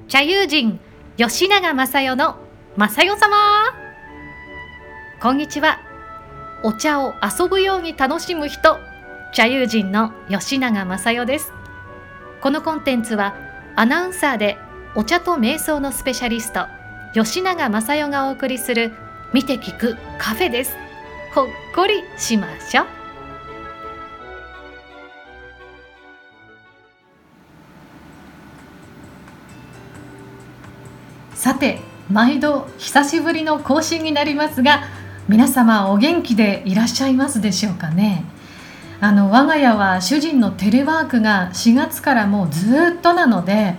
茶友人吉永小代の小代様、こんにちは。お茶を遊ぶように楽しむ人、茶友人の吉永小代です。このコンテンツはアナウンサーでお茶と瞑想のスペシャリスト吉永小代がお送りする見て聞くカフェです。ほっこりしましょう。さて、毎度久しぶりの更新になりますが、皆様お元気でいらっしゃいますでしょうかね。我が家は主人のテレワークが4月からもうずっとなので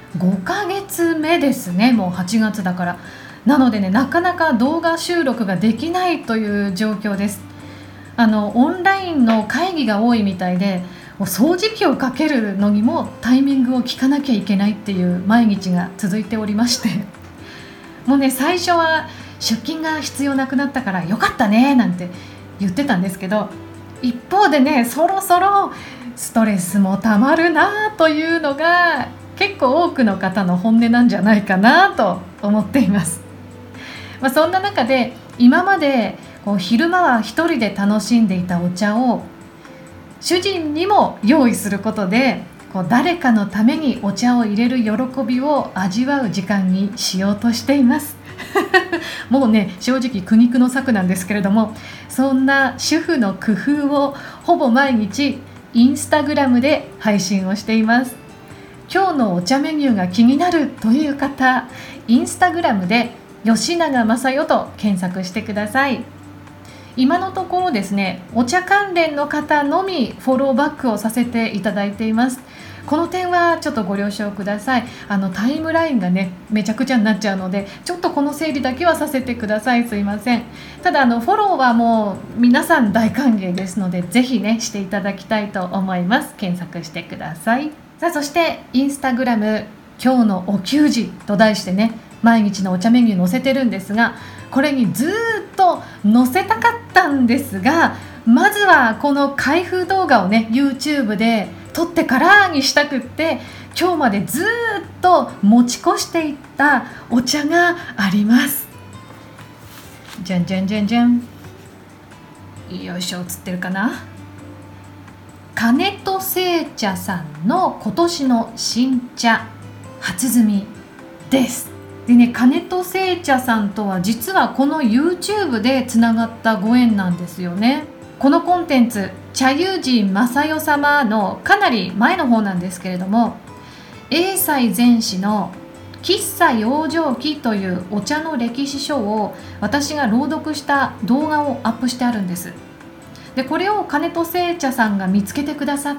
5ヶ月目ですね。もう8月だから。なのでね、なかなか動画収録ができないという状況です。オンラインの会議が多いみたいで、掃除機をかけるのにもタイミングを聞かなきゃいけないっていう毎日が続いておりまして、もうね、最初は出勤が必要なくなったからよかったねなんて言ってたんですけど、一方でね、そろそろストレスもたまるなというのが結構多くの方の本音なんじゃないかなと思っています。そんな中で今まで昼間は一人で楽しんでいたお茶を主人にも用意することで、誰かのためにお茶を入れる喜びを味わう時間にしようとしていますもうね、正直苦肉の策なんですけれども、そんな主婦の工夫をほぼ毎日インスタグラムで配信をしています。今日のお茶メニューが気になるという方、インスタグラムで吉永小代と検索してください。今のところですね、お茶関連の方のみフォローバックをさせていただいています。この点はちょっとご了承ください。タイムラインがね、めちゃくちゃになっちゃうので、ちょっとこの整理だけはさせてください。すいません。ただフォローはもう皆さん大歓迎ですので、ぜひねしていただきたいと思います。検索してください。さあ、そしてインスタグラム今日のお給仕と題してね、毎日のお茶メニュー載せてるんですが、これにずっと載せたかったんですが、まずはこの開封動画をね YouTube で撮ってからにしたくって、今日までずっと持ち越していったお茶があります。じゃんじゃんじゃんじゃん、よいしょ、映ってるかな。金戸製茶さんの今年の新茶初摘みです。でね、金戸製茶さんとは実はこの YouTube でつながったご縁なんですよね。このコンテンツ、茶友人小代様のかなり前の方なんですけれども、英才全史の喫茶養生記というお茶の歴史書を私が朗読した動画をアップしてあるんです。でこれを金戸製茶さんが見つけてくださって、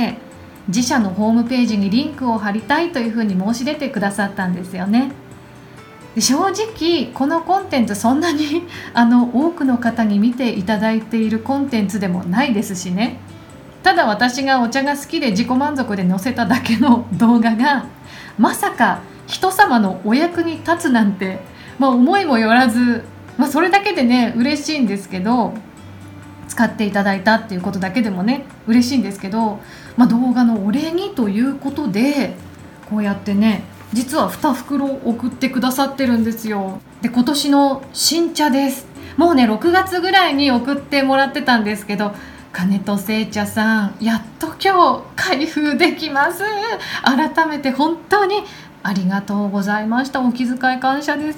自社のホームページにリンクを貼りたいというふうに申し出てくださったんですよね。正直このコンテンツそんなに多くの方に見ていただいているコンテンツでもないですしね。ただ私がお茶が好きで自己満足で載せただけの動画がまさか人様のお役に立つなんて、思いもよらず、それだけでね嬉しいんですけど、使っていただいたっていうことだけでもね嬉しいんですけど、動画のお礼にということでこうやってね、実は2袋送ってくださってるんですよ。で今年の新茶です。もうね6月ぐらいに送ってもらってたんですけど、金戸製茶さんやっと今日開封できます。改めて本当にありがとうございました。お気遣い感謝です。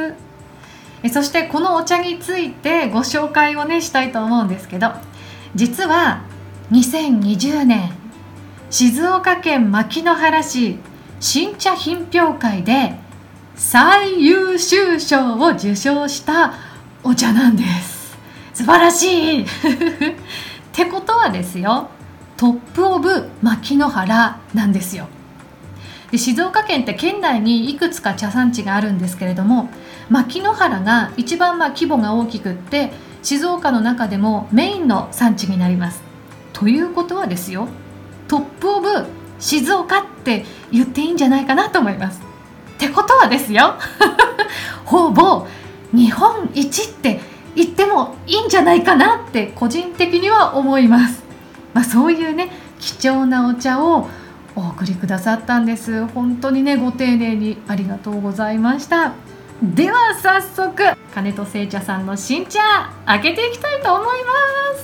そしてこのお茶についてご紹介をねしたいと思うんですけど、実は2020年静岡県牧之原市新茶品評会で最優秀賞を受賞したお茶なんです。素晴らしいってことはですよ、トップオブ牧之原なんですよ。で静岡県って県内にいくつか茶産地があるんですけれども、牧之原が一番規模が大きくって、静岡の中でもメインの産地になります。ということはですよ、トップオブ静岡って言っていいんじゃないかなと思います。ってことはですよほぼ日本一って言ってもいいんじゃないかなって個人的には思います。そういうね貴重なお茶をお送りくださったんです。本当にね、ご丁寧にありがとうございました。では早速、金戸製茶さんの新茶開けていきたいと思います。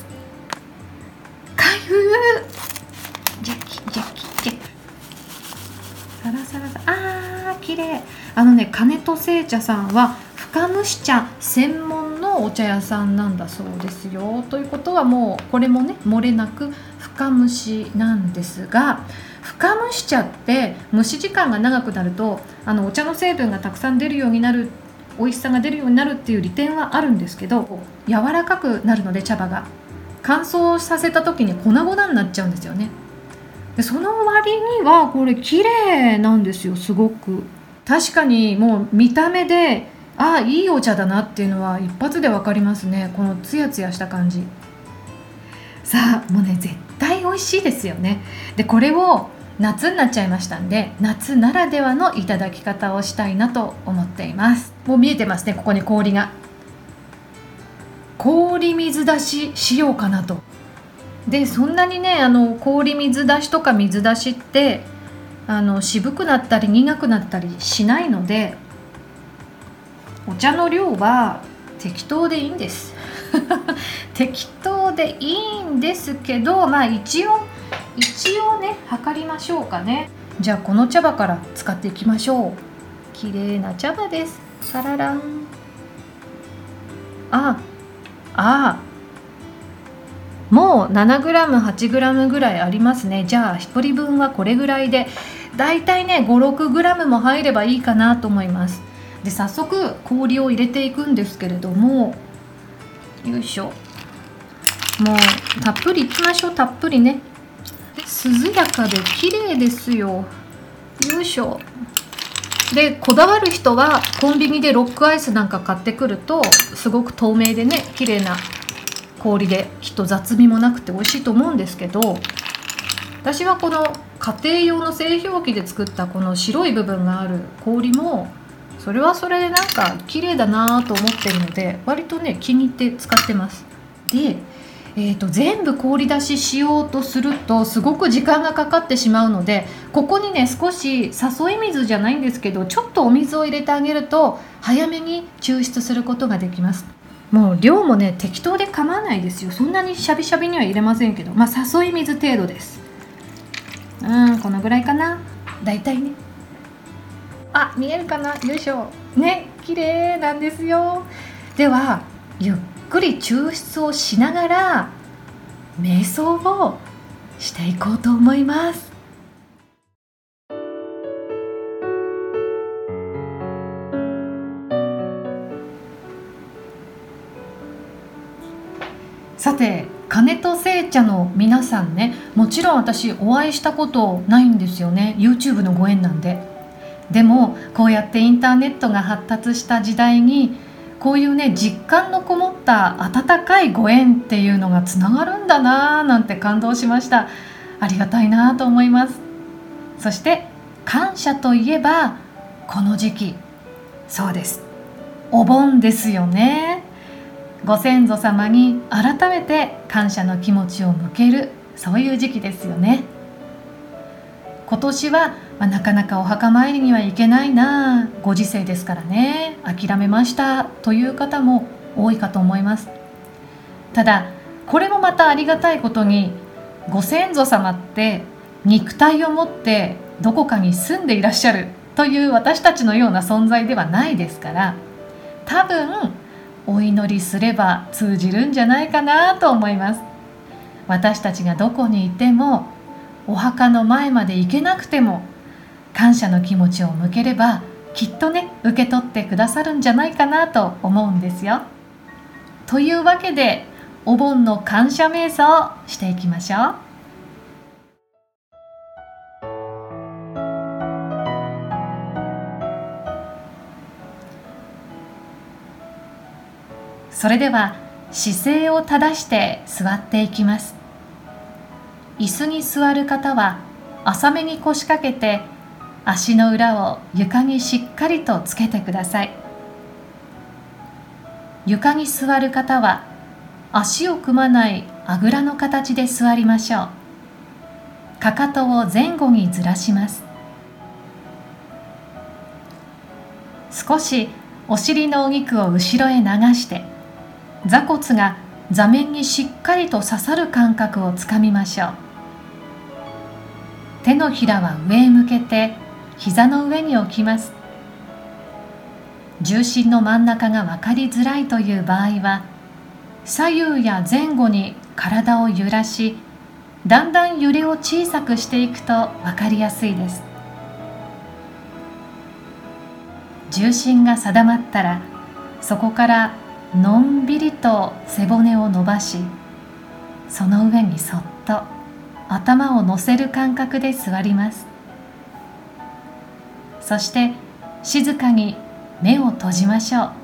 開封。ジャキジャキジャキ、サラサラサラ、綺麗。金戸製茶さんは深蒸し茶専門のお茶屋さんなんだそうですよ。ということはもうこれもね、漏れなく深蒸しなんですが、深蒸し茶って蒸し時間が長くなるとお茶の成分がたくさん出るようになる、美味しさが出るようになるっていう利点はあるんですけど、柔らかくなるので茶葉が乾燥させた時に粉々になっちゃうんですよね。でその割にはこれ綺麗なんですよ。すごく確かにもう見た目でいいお茶だなっていうのは一発で分かりますね。このツヤツヤした感じ。さあもうね、絶対美味しいですよね。でこれを夏になっちゃいましたんで、夏ならではのいただき方をしたいなと思っています。もう見えてますね、ここに氷が。氷水出ししようかなと。でそんなにね、氷水出しとか水出しって渋くなったり苦くなったりしないので、お茶の量は適当でいいんです適当でいいんですけど、一応ね測りましょうかね。じゃあこの茶葉から使っていきましょう。綺麗な茶葉です。サララン。もう 7g、8g ぐらいありますね。じゃあ1人分はこれぐらいで、だいたいね 5、6g も入ればいいかなと思います。で早速氷を入れていくんですけれども、よいしょ、もうたっぷりいきましょう。たっぷりね。涼やかで綺麗ですよ。よいしょ。でこだわる人はコンビニでロックアイスなんか買ってくるとすごく透明でね、綺麗な氷できっと雑味もなくて美味しいと思うんですけど、私はこの家庭用の製氷機で作ったこの白い部分がある氷もそれはそれでなんか綺麗だなと思ってるので、割とね気に入って使ってます。で、全部氷出ししようとするとすごく時間がかかってしまうので、ここにね少し誘い水じゃないんですけど、ちょっとお水を入れてあげると早めに抽出することができます。もう量もね適当で構わないですよ。そんなにシャビシャビには入れませんけど、誘い水程度です。このぐらいかな、だいたいね。見えるかな、よいしょね、綺麗なんですよ。ではゆっくり抽出をしながら瞑想をしていこうと思います。さて、金戸製茶の皆さんね、もちろん私お会いしたことないんですよね。 YouTube のご縁なんで。でもこうやってインターネットが発達した時代に、こういうね実感のこもった温かいご縁っていうのがつながるんだなぁなんて感動しました。ありがたいなと思います。そして感謝といえばこの時期、そうです、お盆ですよね。ご先祖様に改めて感謝の気持ちを向ける、そういう時期ですよね。今年は、なかなかお墓参りには行けないな、ご時世ですからね、諦めましたという方も多いかと思います。ただこれもまたありがたいことに、ご先祖様って肉体を持ってどこかに住んでいらっしゃるという私たちのような存在ではないですから、多分お祈りすれば通じるんじゃないかなと思います。私たちがどこにいても、お墓の前まで行けなくても感謝の気持ちを向ければきっとね受け取ってくださるんじゃないかなと思うんですよ。というわけでお盆の感謝瞑想をしていきましょう。それでは姿勢を正して座っていきます。椅子に座る方は浅めに腰掛けて、足の裏を床にしっかりとつけてください。床に座る方は足を組まないあぐらの形で座りましょう。 かかとを前後にずらします。少しお尻のお肉を後ろへ流して、座骨が座面にしっかりと刺さる感覚をつかみましょう。手のひらは上へ向けて膝の上に置きます。重心の真ん中が分かりづらいという場合は、左右や前後に体を揺らし、だんだん揺れを小さくしていくと分かりやすいです。重心が定まったら、そこからのんびりと背骨を伸ばし、その上にそっと頭を乗せる感覚で座ります。そして静かに目を閉じましょう。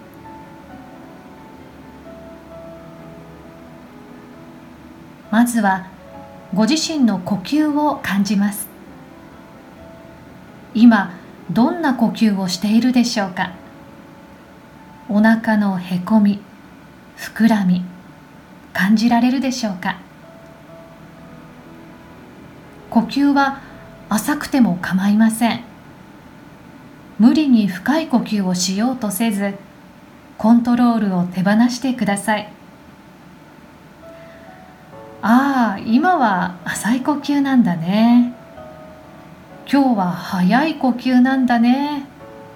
まずはご自身の呼吸を感じます。今どんな呼吸をしているでしょうか。お腹のへこみ、膨らみ、感じられるでしょうか。呼吸は浅くても構いません。無理に深い呼吸をしようとせず、コントロールを手放してください。ああ、今は浅い呼吸なんだね。今日は早い呼吸なんだね。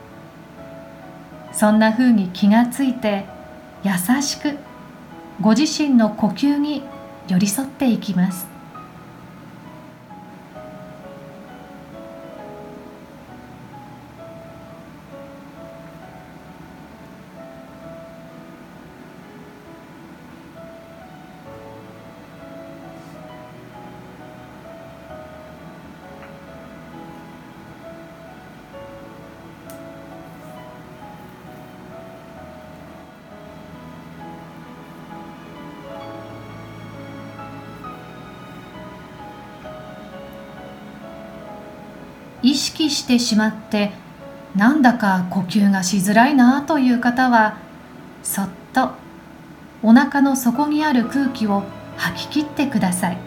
そんな風に気がついて、優しくご自身の呼吸に寄り添っていきます。意識してしまってなんだか呼吸がしづらいなという方は、そっとお腹の底にある空気を吐き切ってください。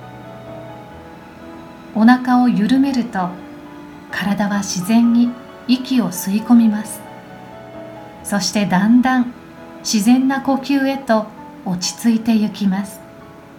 お腹を緩めると体は自然に息を吸い込みます。そしてだんだん自然な呼吸へと落ち着いてゆきます。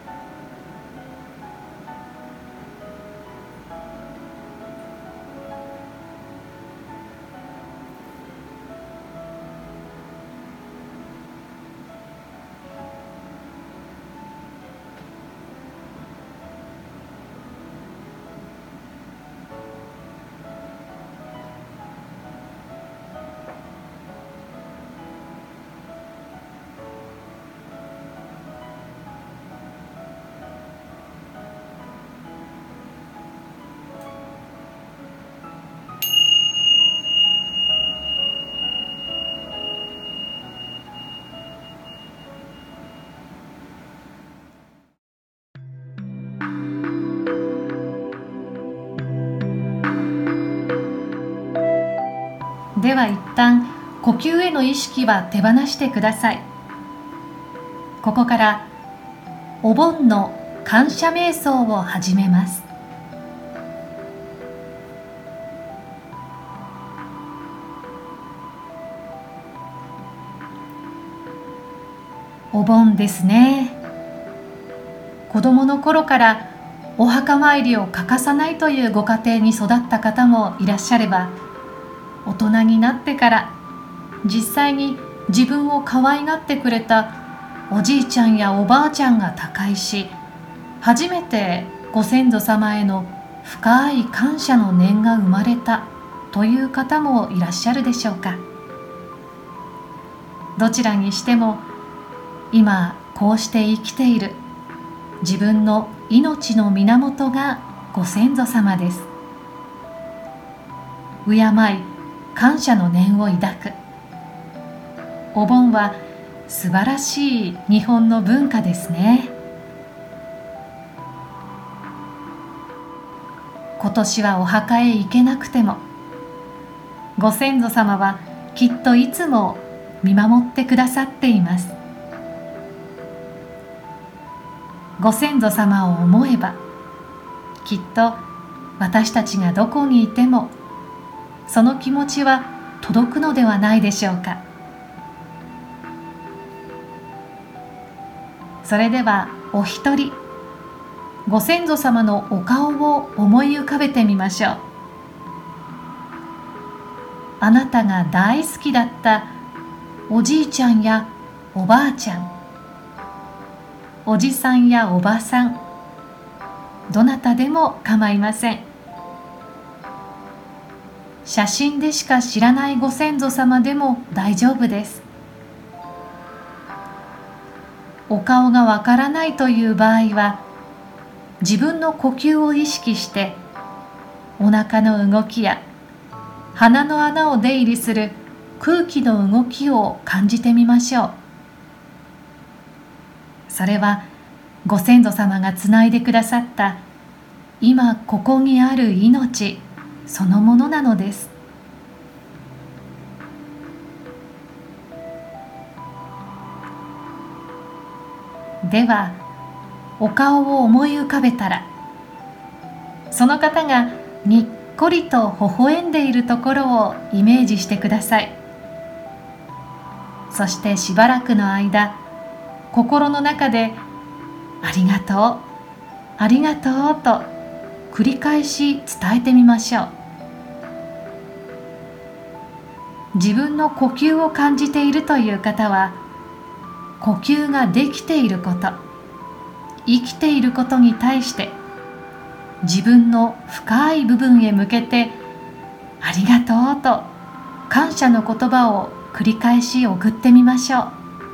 では一旦呼吸への意識は手放してください。ここからお盆の感謝瞑想を始めます。お盆ですね。子供の頃からお墓参りを欠かさないというご家庭に育った方もいらっしゃれば、大人になってから実際に自分を可愛がってくれたおじいちゃんやおばあちゃんが他界し、初めてご先祖様への深い感謝の念が生まれたという方もいらっしゃるでしょうか。どちらにしても今こうして生きている自分の命の源がご先祖様です。敬い感謝の念を抱く。お盆は素晴らしい日本の文化ですね。今年はお墓へ行けなくても、ご先祖様はきっといつも見守ってくださっています。ご先祖様を思えば、 きっと私たちがどこにいてもその気持ちは届くのではないでしょうか。それではお一人ご先祖様のお顔を思い浮かべてみましょう。あなたが大好きだったおじいちゃんやおばあちゃん、おじさんやおばさん、どなたでも構いません。写真でしか知らないご先祖様でも大丈夫です。お顔がわからないという場合は、自分の呼吸を意識してお腹の動きや鼻の穴を出入りする空気の動きを感じてみましょう。それはご先祖様がつないでくださった今ここにある命そのものなのです。ではお顔を思い浮かべたら、その方がにっこりと微笑んでいるところをイメージしてください。そしてしばらくの間、心の中でありがとう、ありがとうと繰り返し伝えてみましょう。自分の呼吸を感じているという方は、呼吸ができていること、生きていることに対して自分の深い部分へ向けてありがとうと感謝の言葉を繰り返し送ってみましょう。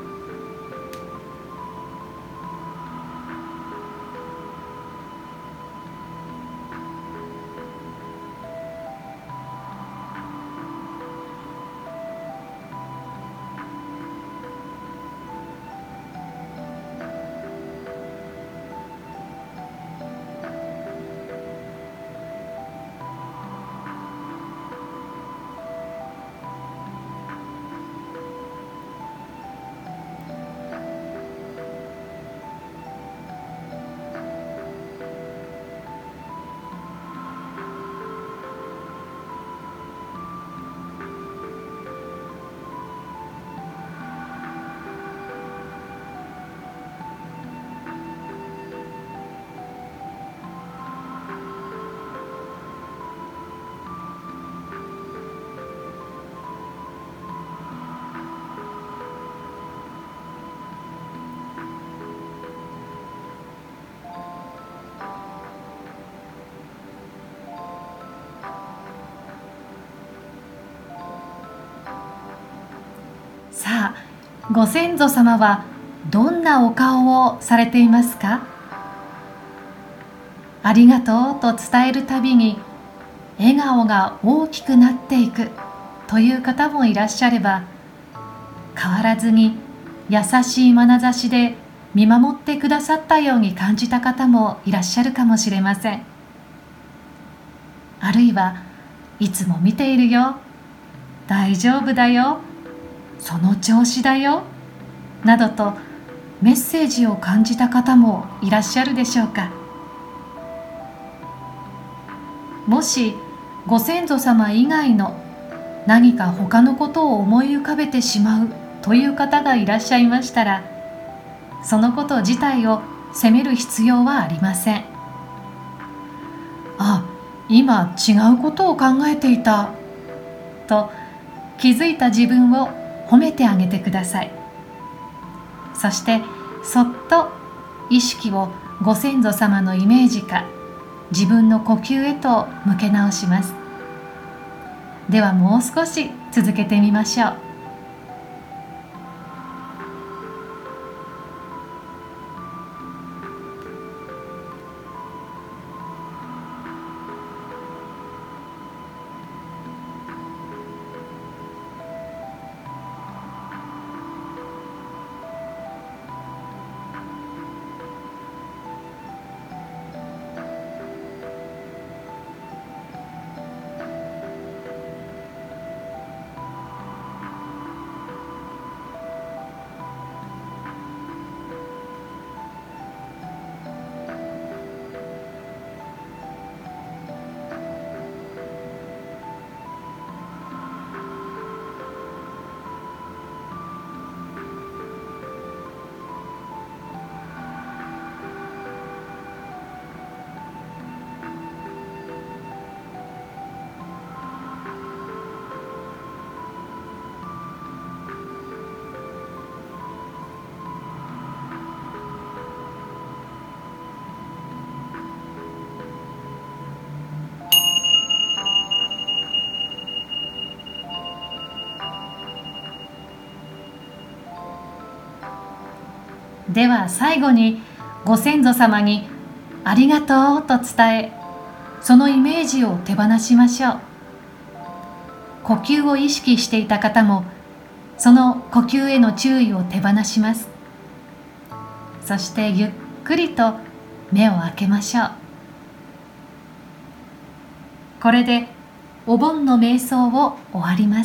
さあ、ご先祖様はどんなお顔をされていますか？ありがとうと伝えるたびに笑顔が大きくなっていくという方もいらっしゃれば、変わらずに優しい眼差しで見守ってくださったように感じた方もいらっしゃるかもしれません。あるいはいつも見ているよ、大丈夫だよ、その調子だよなどとメッセージを感じた方もいらっしゃるでしょうか。もしご先祖様以外の何か他のことを思い浮かべてしまうという方がいらっしゃいましたら、そのこと自体を責める必要はありません。あ、今違うことを考えていたと気づいた自分を褒めてあげてください。そしてそっと意識をご先祖様のイメージか自分の呼吸へと向け直します。ではもう少し続けてみましょう。 では最後にご先祖様にありがとうと伝え、そのイメージを手放しましょう。呼吸を意識していた方もその呼吸への注意を手放します。そしてゆっくりと目を開けましょう。これでお盆の瞑想を終わります。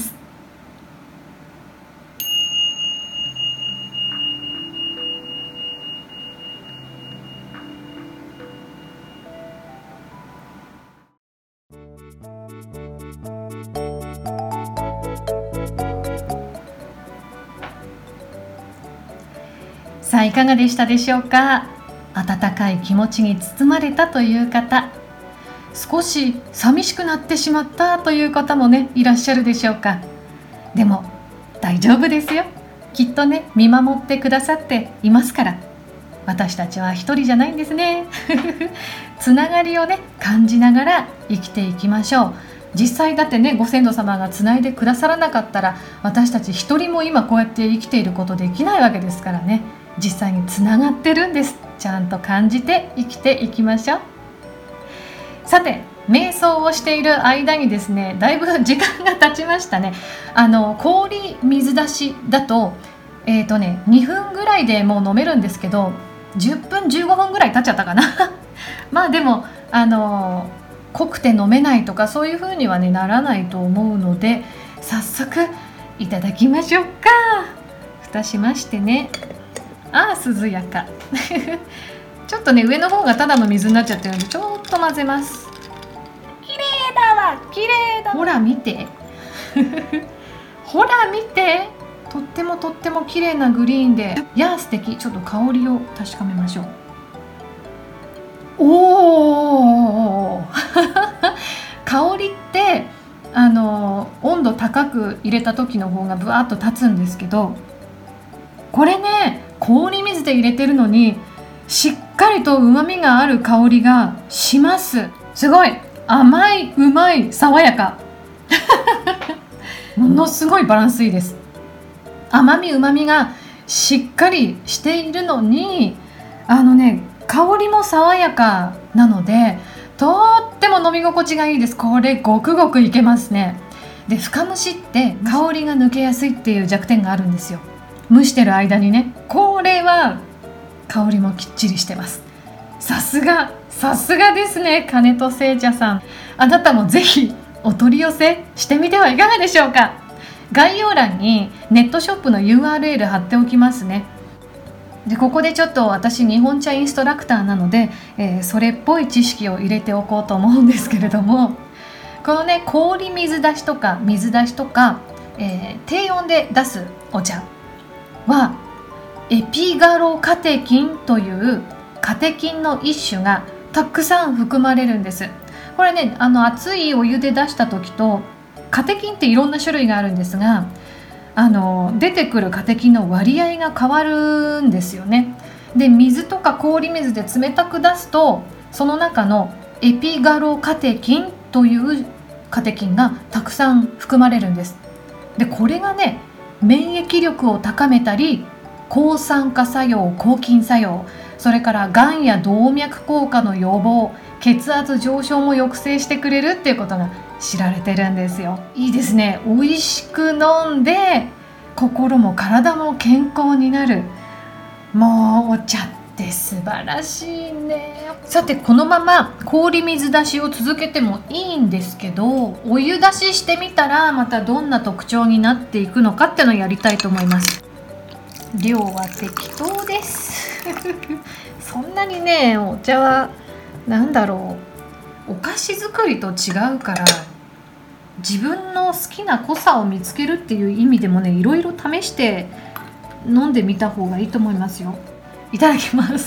さあいかがでしたでしょうか。温かい気持ちに包まれたという方、少し寂しくなってしまったという方もねいらっしゃるでしょうか。でも大丈夫ですよ。きっとね見守ってくださっていますから。私たちは一人じゃないんですねつながりをね感じながら生きていきましょう。実際だってねご先祖様がつないでくださらなかったら私たち一人も今こうやって生きていることできないわけですからね。実際につながってるんです。ちゃんと感じて生きていきましょう。さて瞑想をしている間にですねだいぶ時間が経ちましたね。氷水出しだと2分ぐらいでもう飲めるんですけど10分15分ぐらい経っちゃったかなまあでも濃くて飲めないとかそういう風にはねならないと思うので早速いただきましょうか。蓋しましてね、涼やかちょっとね上の方がただの水になっちゃってるのでちょっと混ぜます。綺麗だわ、綺麗だ。ほら見てほら見て、とってもとっても綺麗なグリーンで、いや素敵。ちょっと香りを確かめましょう。おー香りって温度高く入れた時の方がブワーッと立つんですけど、これね氷水で入れてるのにしっかりと旨味がある香りがします。すごい甘い、うまい、爽やかものすごいバランスいいです。甘みうまみがしっかりしているのに香りも爽やかなのでとっても飲み心地がいいです。これごくごくいけますね。で深蒸しって香りが抜けやすいっていう弱点があるんですよ。蒸してる間にね。これは香りもきっちりしてます。さすがですね金戸製茶さん。あなたもぜひお取り寄せしてみてはいかがでしょうか。概要欄にネットショップの URL 貼っておきますね。でここでちょっと私日本茶インストラクターなので、それっぽい知識を入れておこうと思うんですけれども、このね氷水出しとか水出しとか、低温で出すお茶はエピガロカテキンというカテキンの一種がたくさん含まれるんです。これね熱いお湯で出した時とカテキンっていろんな種類があるんですが出てくるカテキンの割合が変わるんですよね。で水とか氷水で冷たく出すとその中のエピガロカテキンというカテキンがたくさん含まれるんです。でこれがね免疫力を高めたり抗酸化作用、抗菌作用、それからがんや動脈硬化の予防、血圧上昇も抑制してくれるっていうことが知られてるんですよ。いいですね。美味しく飲んで心も体も健康になる。もうお茶って素晴らしいね。さてこのまま氷水出しを続けてもいいんですけど、お湯出ししてみたらまたどんな特徴になっていくのかっていうのをやりたいと思います。量は適当ですそんなにねお茶はお菓子作りと違うから自分の好きな濃さを見つけるっていう意味でもねいろいろ試して飲んでみた方がいいと思いますよ。いただきます。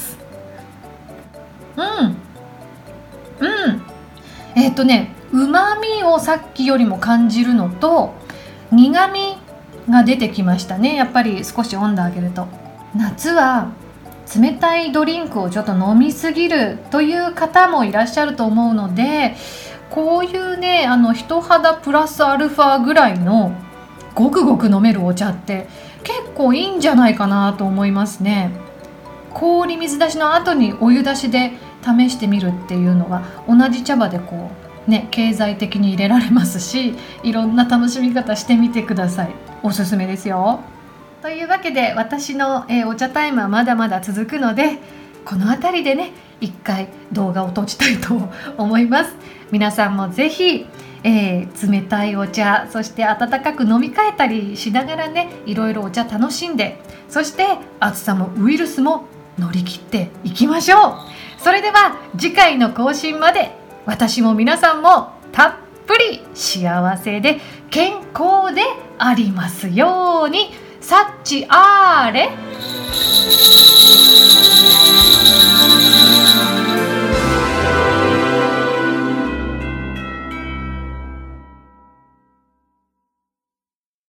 うまみをさっきよりも感じるのと苦みが出てきましたね。やっぱり少し温度上げると。夏は冷たいドリンクをちょっと飲みすぎるという方もいらっしゃると思うので、こういうね人肌プラスアルファぐらいのごくごく飲めるお茶って結構いいんじゃないかなと思いますね。 氷水出しの後にお湯出しで試してみるっていうのは、同じ茶葉でこうね、経済的に入れられますし、いろんな楽しみ方してみてください。おすすめですよ。というわけで、私の、お茶タイムはまだまだ続くので、この辺りでね一回動画を閉じたいと思います。皆さんもぜひ、冷たいお茶、そして温かく飲み替えたりしながらね、いろいろお茶楽しんで、そして暑さもウイルスも乗り切っていきましょう。それでは次回の更新まで、私も皆さんもたっぷり幸せで健康でありますように。サッチアーレ。